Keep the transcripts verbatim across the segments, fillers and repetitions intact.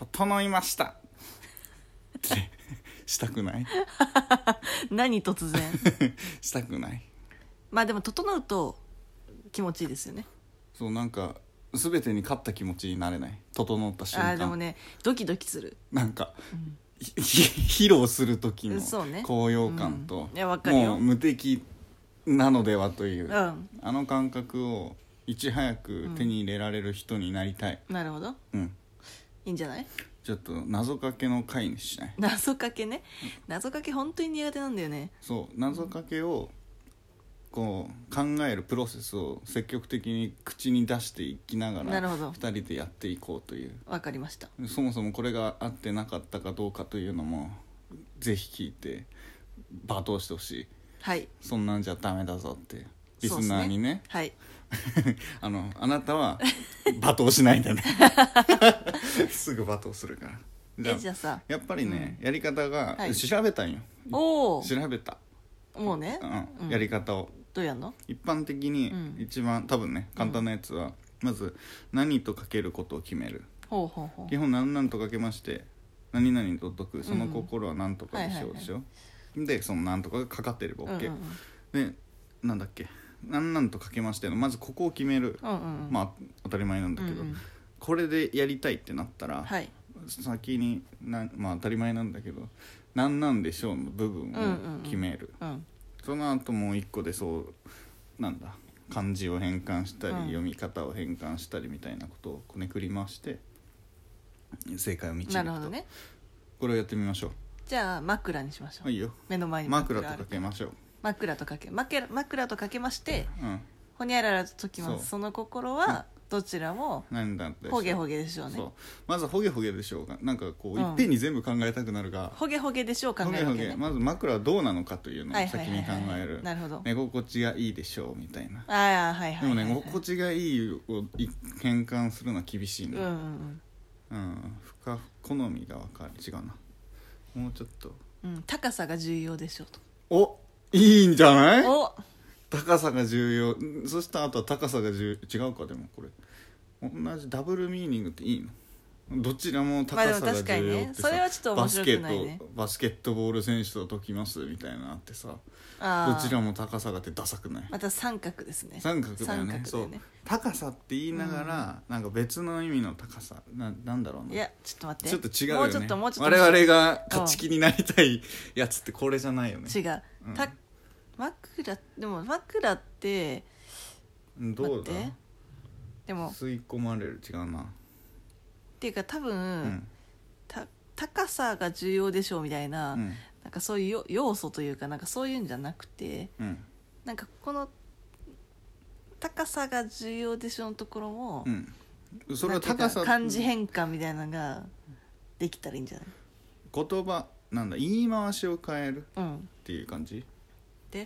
整いましたってしたくない何突然したくない。 まあでも整うと気持ちいいですよね。 そうなんか全てに勝った気持ちになれない。整った瞬間。 あでもねドキドキする。 なんか、 うん、 披露する時の高揚感と、 うん、いやわかるよ。 もう無敵なのではという、 うん、 あの感覚をいち早く手に入れられる人になりたい、 うん、なるほど、 うん、 いいんじゃない。 ちょっと謎かけの回にしない。 謎かけね、謎かけ本当に苦手なんだよね。 そう謎かけをこう考えるプロセスを積極的に口に出していきながらふたりでやっていこうという。 わかりました。 そもそもこれが合ってなかったかどうかというのもぜひ聞いて罵倒してほしい。 はい、 そんなんじゃダメだぞってリスナーに ね, ねはいあのあなたは罵倒しないでねすぐ罵倒するから。 じゃあ、えじゃあさやっぱりね、うん、やり方が、 はい、 調べたんよ。 お調べたもうね、 うん、やり方をどうやんの。 一般的に一番、うん、多分ね簡単なやつは、うん、まず何とかけることを決める。 ほうほうほう。 基本何々とかけまして何々と解くその心は何とかでしょうでしょ、でその何とかがかかってれば OK、うんうんうん、でなんだっけ何々とかけましてのまずここを決める、うんうんうん、まあ当たり前なんだけど、うんうん、これでやりたいってなったら、はい、先にな、まあ、当たり前なんだけど何なんでしょうの部分を決める、うんうんうん、その後もう一個でそうなんだ漢字を変換したり、うん、読み方を変換したりみたいなことをこねくり回して正解を導くと。なるほどね。これをやってみましょう。 じゃあ枕にしましょう。 いいよ。 目の前に枕とかけましょう。 枕とかけ枕、枕とかけまして、うん、ほにゃららと解きます。 そ, その心はどちらもほげほげでしょうね。そうまずほげほげでしょうがなんかこう、うん、いっぺんに全部考えたくなるがほげほげでしょう考えるわけ、ね、ほげほげまず枕はどうなのかというのを先に考える。 なるほど。 寝心地がいいでしょうみたいな。 ああはいはいはい、はい、 でもね寝心地がいいを変換するのは厳しいな。うんうんうん、うん、深好みが分かる。違うなもうちょっと、 うん、高さが重要でしょうと。 おいいんじゃない。 お高さが重要。そしたらあとは高さが重要違うか。でもこれ同じダブルミーニングっていいの。どちらも高さが重要ってさ、まあね、 それはちょっと面白くないね。 バスケットバスケットボール選手と解きますみたいなのあってさどちらも高さがってダサくない。 また三角ですね。 三角だよ ね, だよねそう高さって言いながら、うん、なんか別の意味の高さ な, なんだろうな。 いやちょっと待ってちょっと違うよね。もうちょっともうちょっと我々が勝ち気になりたいやつってこれじゃないよね。 違う、うん、た枕でも枕ってどうだでも吸い込まれる違うなっていうか多分、うん、た高さが重要でしょうみたいな、うん、なんかそういう要素というかなんかそういうんじゃなくて、うん、なんかこの高さが重要でしょうのところも、 うん、それは高さ漢字変換みたいなのができたらいいんじゃない。 言葉なんだ言い回しを変えるっていう感じ、うん、 で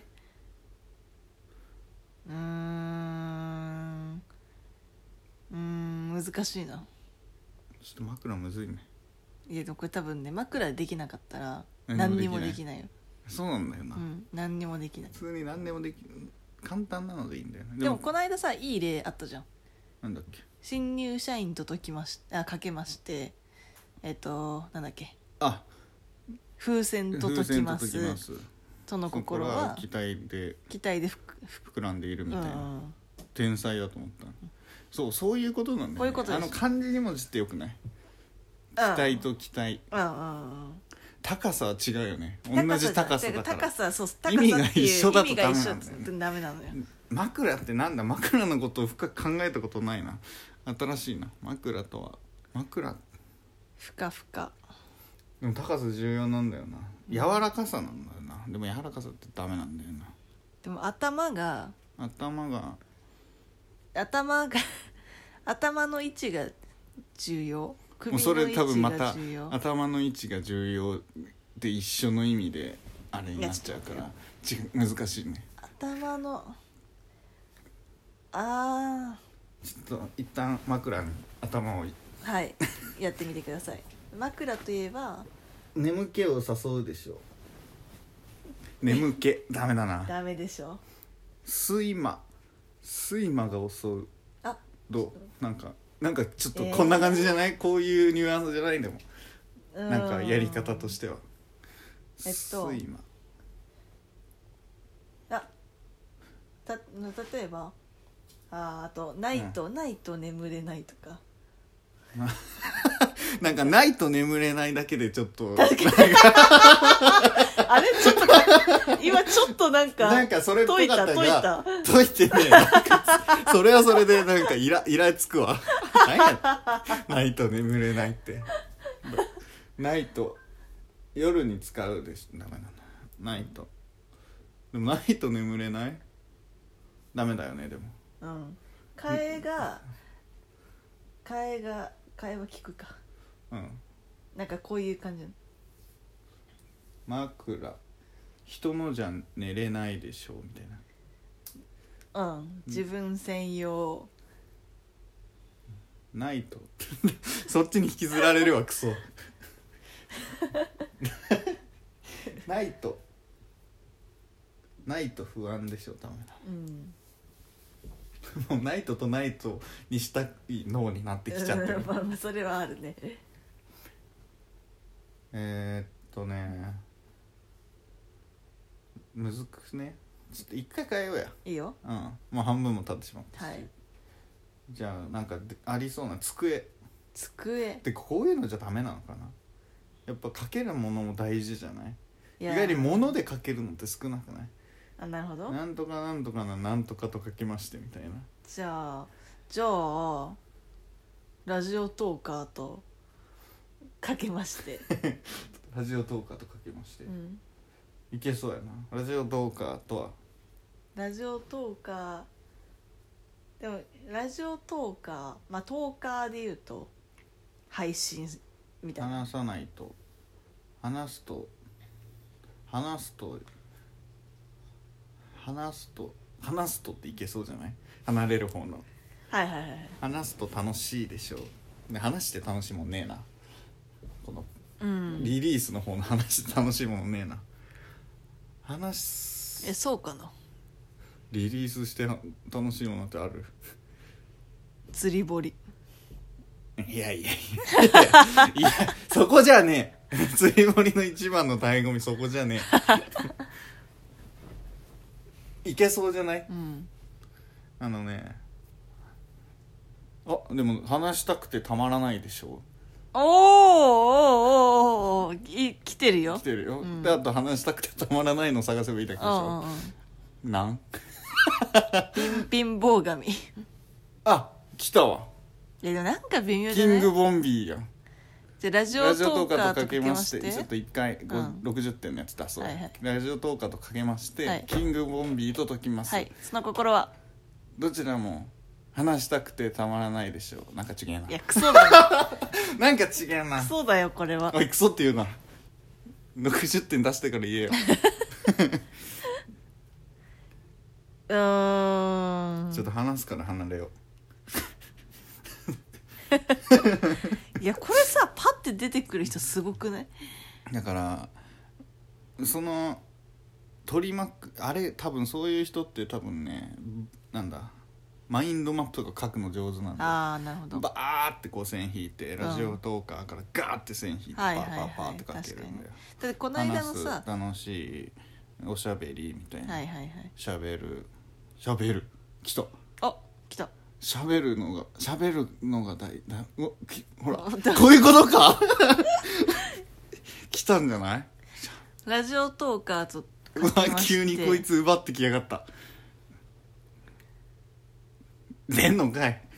うーんうーん難しいな。 ちょっと枕むずいね。 いやでもこれ多分ね枕できなかったら何にもできないよ。 そうなんだよな、 うん、何にもできない。 普通に何でもでき簡単なのでいいんだよね。 で も, でもこの間さいい例あったじゃん。 なんだっけ。 新入社員と解きましあかけましてえっ、ー、となんだっけあ風船と解きます。その心は期待で期待で膨らんでいるみたいな、うん、天才だと思った。そうそういうことなんだよね。こういうことです。あの漢字に文字ってよくない。期待と期待、うんうんうん、高さは違うよね。同じ高さだから高さそう高さ意味が一緒だとダメなんだよね。 ダメなのよ。 枕ってなんだ。枕のことを深く考えたことないな。新しいな。枕とは枕ふかふか。 でも高さ重要なんだよな。柔らかさなんだよな。でも柔らかさってダメなんだよな。 でも頭が頭が頭が頭の位置が重要。 もうそれ多分また頭の位置が重要で一緒の意味であれになっちゃうから難しいね。 頭のあちょっと一旦枕に頭をはいやってみてください。枕といえば眠気を誘うでしょ。眠気ダメだな。 ダメでしょ。 睡魔睡魔が襲う。 あどうなんかなんかちょっとこんな感じじゃない、えー、こういうニュアンスじゃないでもなんかやり方としてはえっと睡魔あた例えばああとないと、うん、ないと眠れないとかなんかないと眠れないだけでちょっと確かにあれちょっと今ちょっとなんかなんかそれっぽかったが解いた解いてねそれはそれでなんかイライラつくわ何やないと眠れないってないと夜に使うでしダメなんだないとでもないと眠れないダメだよねでもうん替えが替えが替えは聞くかうんなんかこういう感じ枕人のじゃ寝れないでしょうみたいなうん自分専用ないとそっちに引きずられるわクソないとないと不安でしょダメだ、うん、もうナイトとナイトにしたい脳になってきちゃってる、 うん、まあそれはあるねえー、っとねむずくねちょっと一回変えようやいいようんもう半分も経ってしまったし、 はい、 じゃあなんかありそうな机机でこういうのじゃダメなのかなやっぱかけるものも大事じゃない、い意外に物でかけるのって少なくないあなるほどなんとかなんとかななんとかとかけましてみたいなじゃあじゃあラジオトーカーとかけましてラジオトーカーとかけまして、 うん、 いけそうやなラジオトーカーとはラジオトーカーでもラジオトーカーまあトーカーで言うと配信みたいな話さないと話すと話すと話すと話すとっていけそうじゃない離れる方のはいはいはい話すと楽しいでしょう、ね、話して楽しいもんねえなこの、 うん、 リリースの方の話して楽しいもんねえな話すえそうかなリリースして楽しいものってある釣り堀いやいやいやいやそこじゃねえ釣り堀の一番の醍醐味そこじゃねえいけそうじゃない、 うん、 あのねあでも話したくてたまらないでしょおーおーおーおーい来てるよ来てるよ、 うん、 であと話したくてたまらないの探せばいいだけでしょ、うん、なんピンピン棒紙あ来たわいやなんか微妙じゃないキングボンビーやんじゃラジオトーカーとかけましてちょっと一回、うん、ろくじゅってんのやつ出そう、はいはい、ラジオトーカーとかけまして、はい、キングボンビーと解きます、 はい、その心はどちらも話したくてたまらないでしょうなんか違えないやクソだななんか違えなクソだよこれはおいクソって言うなろくじゅってん出してから言えようーんちょっと話すから離れよういやこれさパッて出てくる人すごくないだからその取り巻くあれ多分そういう人って多分ねなんだマインドマップとか書くの上手なんだよあーなるほどバーってこう線引いてラジオトーカーからガーって線引いて、うん、パーパーパーって書けるんだよだってこの間のさ楽しいおしゃべりみたいな、 はいはいはい、 しゃべるしゃべる来たあ来たしゃべるのがしゃべるのが大だほらこういうことか来たんじゃないラジオトーカーとうわ急にこいつ奪ってきやがった出んのかい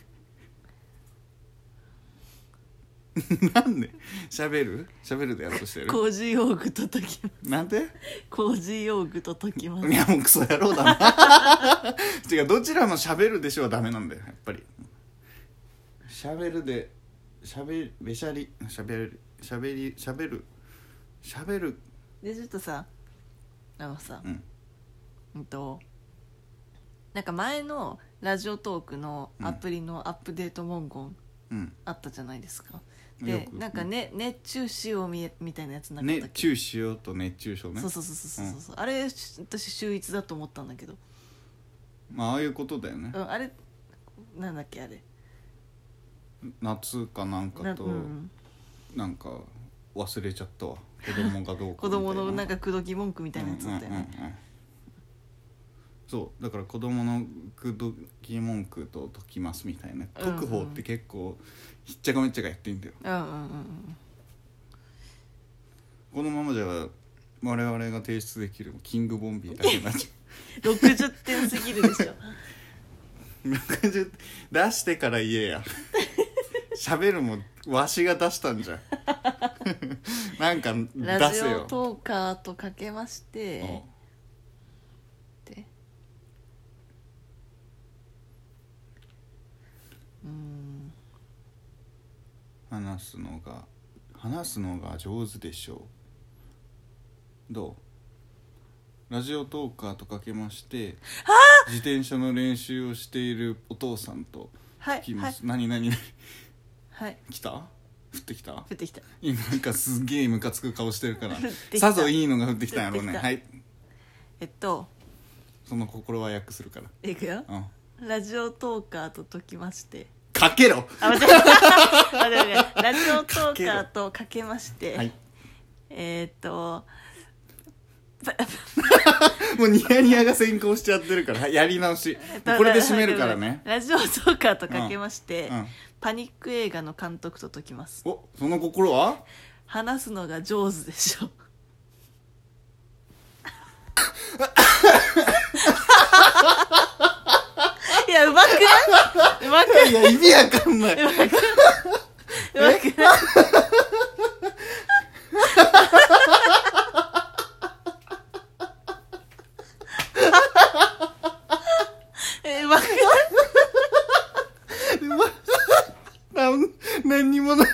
なんでしゃべるしゃべるでやろうとしてる工事用具と解きますなんで工事用具と解きますいやもうクソ野郎だな違うどちらもしゃべるでしょはダメなんだよやっぱりしゃべるでしゃべべしゃりしゃべるしゃべりしゃべるしゃべるでちょっとさあのさうんうんとなんか前のラジオトークのアプリのアップデート文言あったじゃないですか、うん、でなんか、ね、熱中しよう み, みたいなやつなかったっけ熱中しようと熱中症ねそうそうそうそうそうそう、うん、あれ私秀逸だと思ったんだけどまあああいうことだよね、 うん、あれなんだっけあれ夏かなんかと、うん、なんか忘れちゃったわ、子供がどうか子供のなんか口説き文句みたいなやつだったよね、 うんうんうんうん、そうだから子供の口説き文句と解きますみたいな、解く方って結構ひっちゃかめっちゃかやってんだよ、 うんうんうん、 このままじゃ我々が提出できるキングボンビーだけになっちゃうろくじゅってんすぎるでしょろくじゅう出してから言えや喋るもわしが出したんじゃんなんか出せよ。 ラジオトーカーとかけましてでうん話すのが話すのが上手でしょう。どう？ラジオトーカーとかけまして自転車の練習をしているお父さんと聞きます。はい、何何何はい、 来た？降ってきた？降ってきた。 今なんかすげえムカつく顔してるからさぞいいのが降ってきたんやろうね。はい、 えっとその心は訳するから。 いくよ、うん、ラジオトーカーと解きましてかけろあ、待って待って待ってラジオトーカーとかけましてはい、えー、っともうニヤニヤが先行しちゃってるから、はい、やり直し、これで締めるからね。 ラジオトーカーとかけまして、うんうん、パニック映画の監督と解きます。 お、その心は話すのが上手でしょいや、うまくないうまくいや、意味わかんないうまくうまく